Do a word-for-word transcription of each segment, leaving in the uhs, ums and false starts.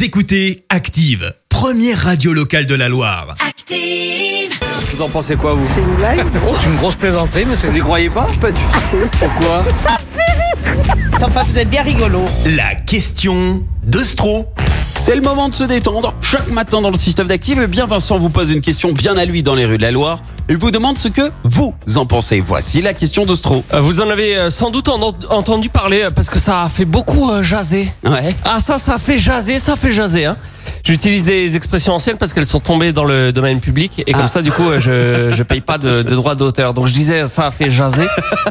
Vous écoutez Active, première radio locale de la Loire. Active! Vous en pensez quoi, vous? C'est une blague? C'est une grosse plaisanterie, monsieur. Vous y croyez pas? Pas du tout. Pourquoi? Ça fait rire. Enfin, vous êtes bien rigolo. La question de Stro. C'est le moment de se détendre. Chaque matin dans le système d'Active, eh bien Vincent vous pose une question bien à lui dans les rues de la Loire et vous demande ce que vous en pensez. Voici la question d'Ostro. Euh, Vous en avez euh, sans doute en- entendu parler euh, parce que ça a fait beaucoup euh, jaser. Ouais. Ah ça, ça fait jaser, ça fait jaser. Hein. J'utilise des expressions anciennes parce qu'elles sont tombées dans le domaine public et comme Ah. ça, du coup, euh, je je paye pas de, de droits d'auteur. Donc je disais, ça a fait jaser.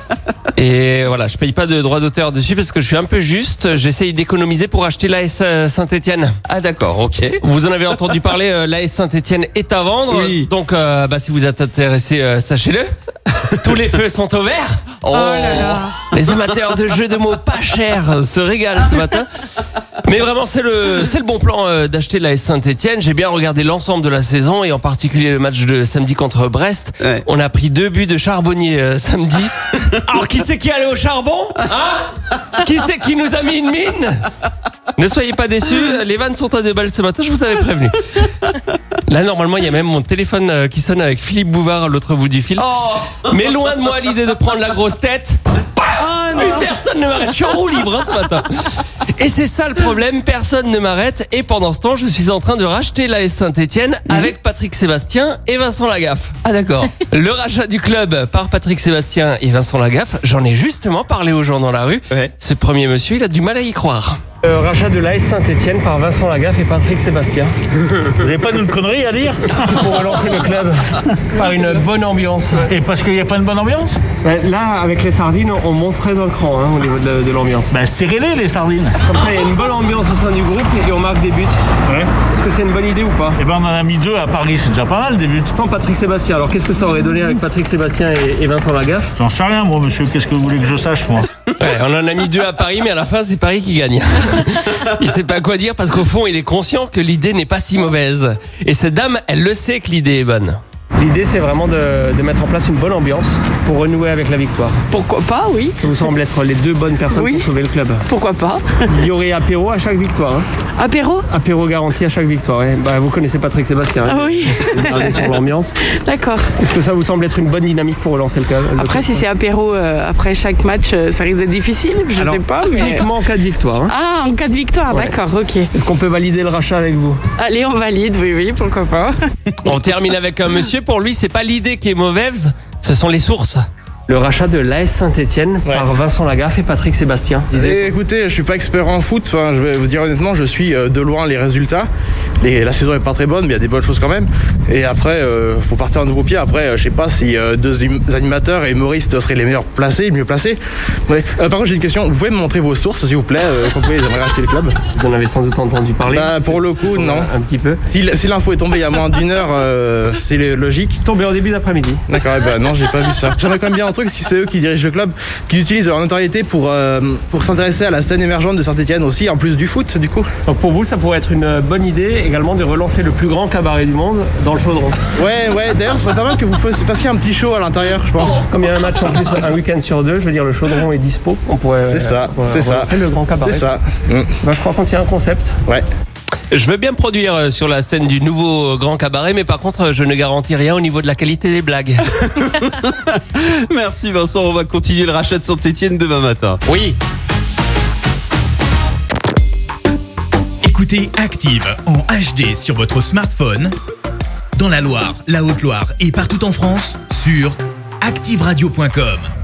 Et voilà, je paye pas de droits d'auteur dessus parce que je suis un peu juste. J'essaye d'économiser pour acheter l'A S Saint-Étienne. Ah d'accord, ok. Vous en avez entendu parler, euh, l'A S Saint-Étienne est à vendre. Oui. Donc, euh, bah, si vous êtes intéressé, euh, sachez-le. Tous les feux sont au vert. Oh, Les amateurs de jeux de mots pas chers se régalent ce matin. Mais vraiment, c'est le c'est le bon plan euh, d'acheter l'A S Saint-Étienne. J'ai bien regardé l'ensemble de la saison et en particulier le match de samedi contre Brest. Ouais. On a pris deux buts de Charbonnier euh, samedi. Alors qui c'est qui est allé au charbon, hein? Qui c'est qui nous a mis une mine? Ne soyez pas déçus, les vannes sont à deux balles ce matin, je vous avais prévenu. Là, normalement, il y a même mon téléphone euh, qui sonne avec Philippe Bouvard à l'autre bout du fil. Mais loin de moi l'idée de prendre la grosse tête. Plus personne ne m'arrête, je suis en roue libre hein, ce matin. Et c'est ça le problème, personne ne m'arrête. Et pendant ce temps, je suis en train de racheter l'A S Saint-Étienne avec Patrick Sébastien et Vincent Lagaffe. Ah d'accord. Le rachat du club par Patrick Sébastien et Vincent Lagaffe, j'en ai justement parlé aux gens dans la rue. Ouais. Ce premier monsieur, il a du mal à y croire. Le rachat de l'A S Saint-Étienne par Vincent Lagaffe et Patrick Sébastien. Vous n'avez pas une connerie à dire? C'est pour relancer le club par une bonne ambiance. Et parce qu'il n'y a pas une bonne ambiance? Là, avec les sardines, on monterait d'un cran hein, au niveau de, la- de l'ambiance. Bah serrez-les les sardines. Comme ça, il y a une bonne ambiance au sein du groupe et on marque des buts. Ouais. Est-ce que c'est une bonne idée ou pas? Et ben on en a mis deux à Paris, c'est déjà pas mal des buts. Sans Patrick Sébastien, alors qu'est-ce que ça aurait donné avec Patrick Sébastien et, et Vincent Lagaffe? J'en sais rien moi monsieur, qu'est-ce que vous voulez que je sache moi? Ouais, on en a mis deux à Paris, mais à la fin, c'est Paris qui gagne. Il sait pas quoi dire parce qu'au fond, il est conscient que l'idée n'est pas si mauvaise. Et cette dame, elle le sait que l'idée est bonne. L'idée, c'est vraiment de, de mettre en place une bonne ambiance pour renouer avec la victoire. Pourquoi pas, oui. Ça vous semble être les deux bonnes personnes Oui. pour sauver le club. Pourquoi pas. Il y aurait apéro à chaque victoire. Hein. Apéro? Apéro garanti à chaque victoire. Ouais. Bah, vous connaissez Patrick Sébastien. Hein. Ah oui. Regardez sur l'ambiance. D'accord. Est-ce que ça vous semble être une bonne dynamique pour relancer le club? Après, si c'est apéro euh, après chaque match, euh, ça risque d'être difficile. Je Alors, sais pas, mais. uniquement en cas de victoire. Hein. Ah, en cas de victoire, Ouais. d'accord, ok. Est-ce qu'on peut valider le rachat avec vous? Allez, on valide, oui, oui, pourquoi pas. On termine avec un monsieur, pour lui, c'est pas l'idée qui est mauvaise, ce sont les sources. Le rachat de l'A S Saint-Étienne Ouais. par Vincent Lagaffe et Patrick Sébastien. Et écoutez, je suis pas expert en foot, enfin, je vais vous dire honnêtement, je suis euh, de loin les résultats. Les- la saison est pas très bonne, mais il y a des bonnes choses quand même. Et après, euh, faut partir à un nouveau pied. Après, euh, je sais pas si euh, deux im- animateurs et humoristes seraient les meilleurs placés, les mieux placés. Ouais. Euh, par contre, j'ai une question. Vous pouvez me montrer vos sources, s'il vous plaît, euh, qu'on peut les racheter le club? Vous en avez sans doute entendu parler. Bah, pour le coup, non. Un petit peu. Si, l- si l'info est tombée il y a moins d'une heure, euh, c'est le- logique. Tombé au début d'après-midi. D'accord, eh ben non, j'ai pas vu ça. J'aimerais quand même bien un truc si c'est eux qui dirigent le club, qui utilisent leur notoriété pour, euh, pour s'intéresser à la scène émergente de Saint-Étienne aussi, en plus du foot, du coup. Donc pour vous, ça pourrait être une bonne idée également de relancer le plus grand cabaret du monde dans le Chaudron. Ouais, ouais, d'ailleurs, ce serait pas mal que vous fassiez fassiez un petit show à l'intérieur, je pense. Comme il y a un match en plus un week-end sur deux, je veux dire le Chaudron est dispo. On pourrait. C'est ça, on pourrait c'est ça. relancer le grand cabaret. C'est ça. Mm. Bah, je crois qu'on tient un concept. Ouais. Je veux bien me produire euh, sur la scène du nouveau euh, grand cabaret, mais par contre, euh, je ne garantis rien au niveau de la qualité des blagues. Merci Vincent, on va continuer le rachat de Saint-Étienne demain matin. Oui. Écoutez Active en H D sur votre smartphone, dans la Loire, la Haute-Loire et partout en France, sur active radio point com.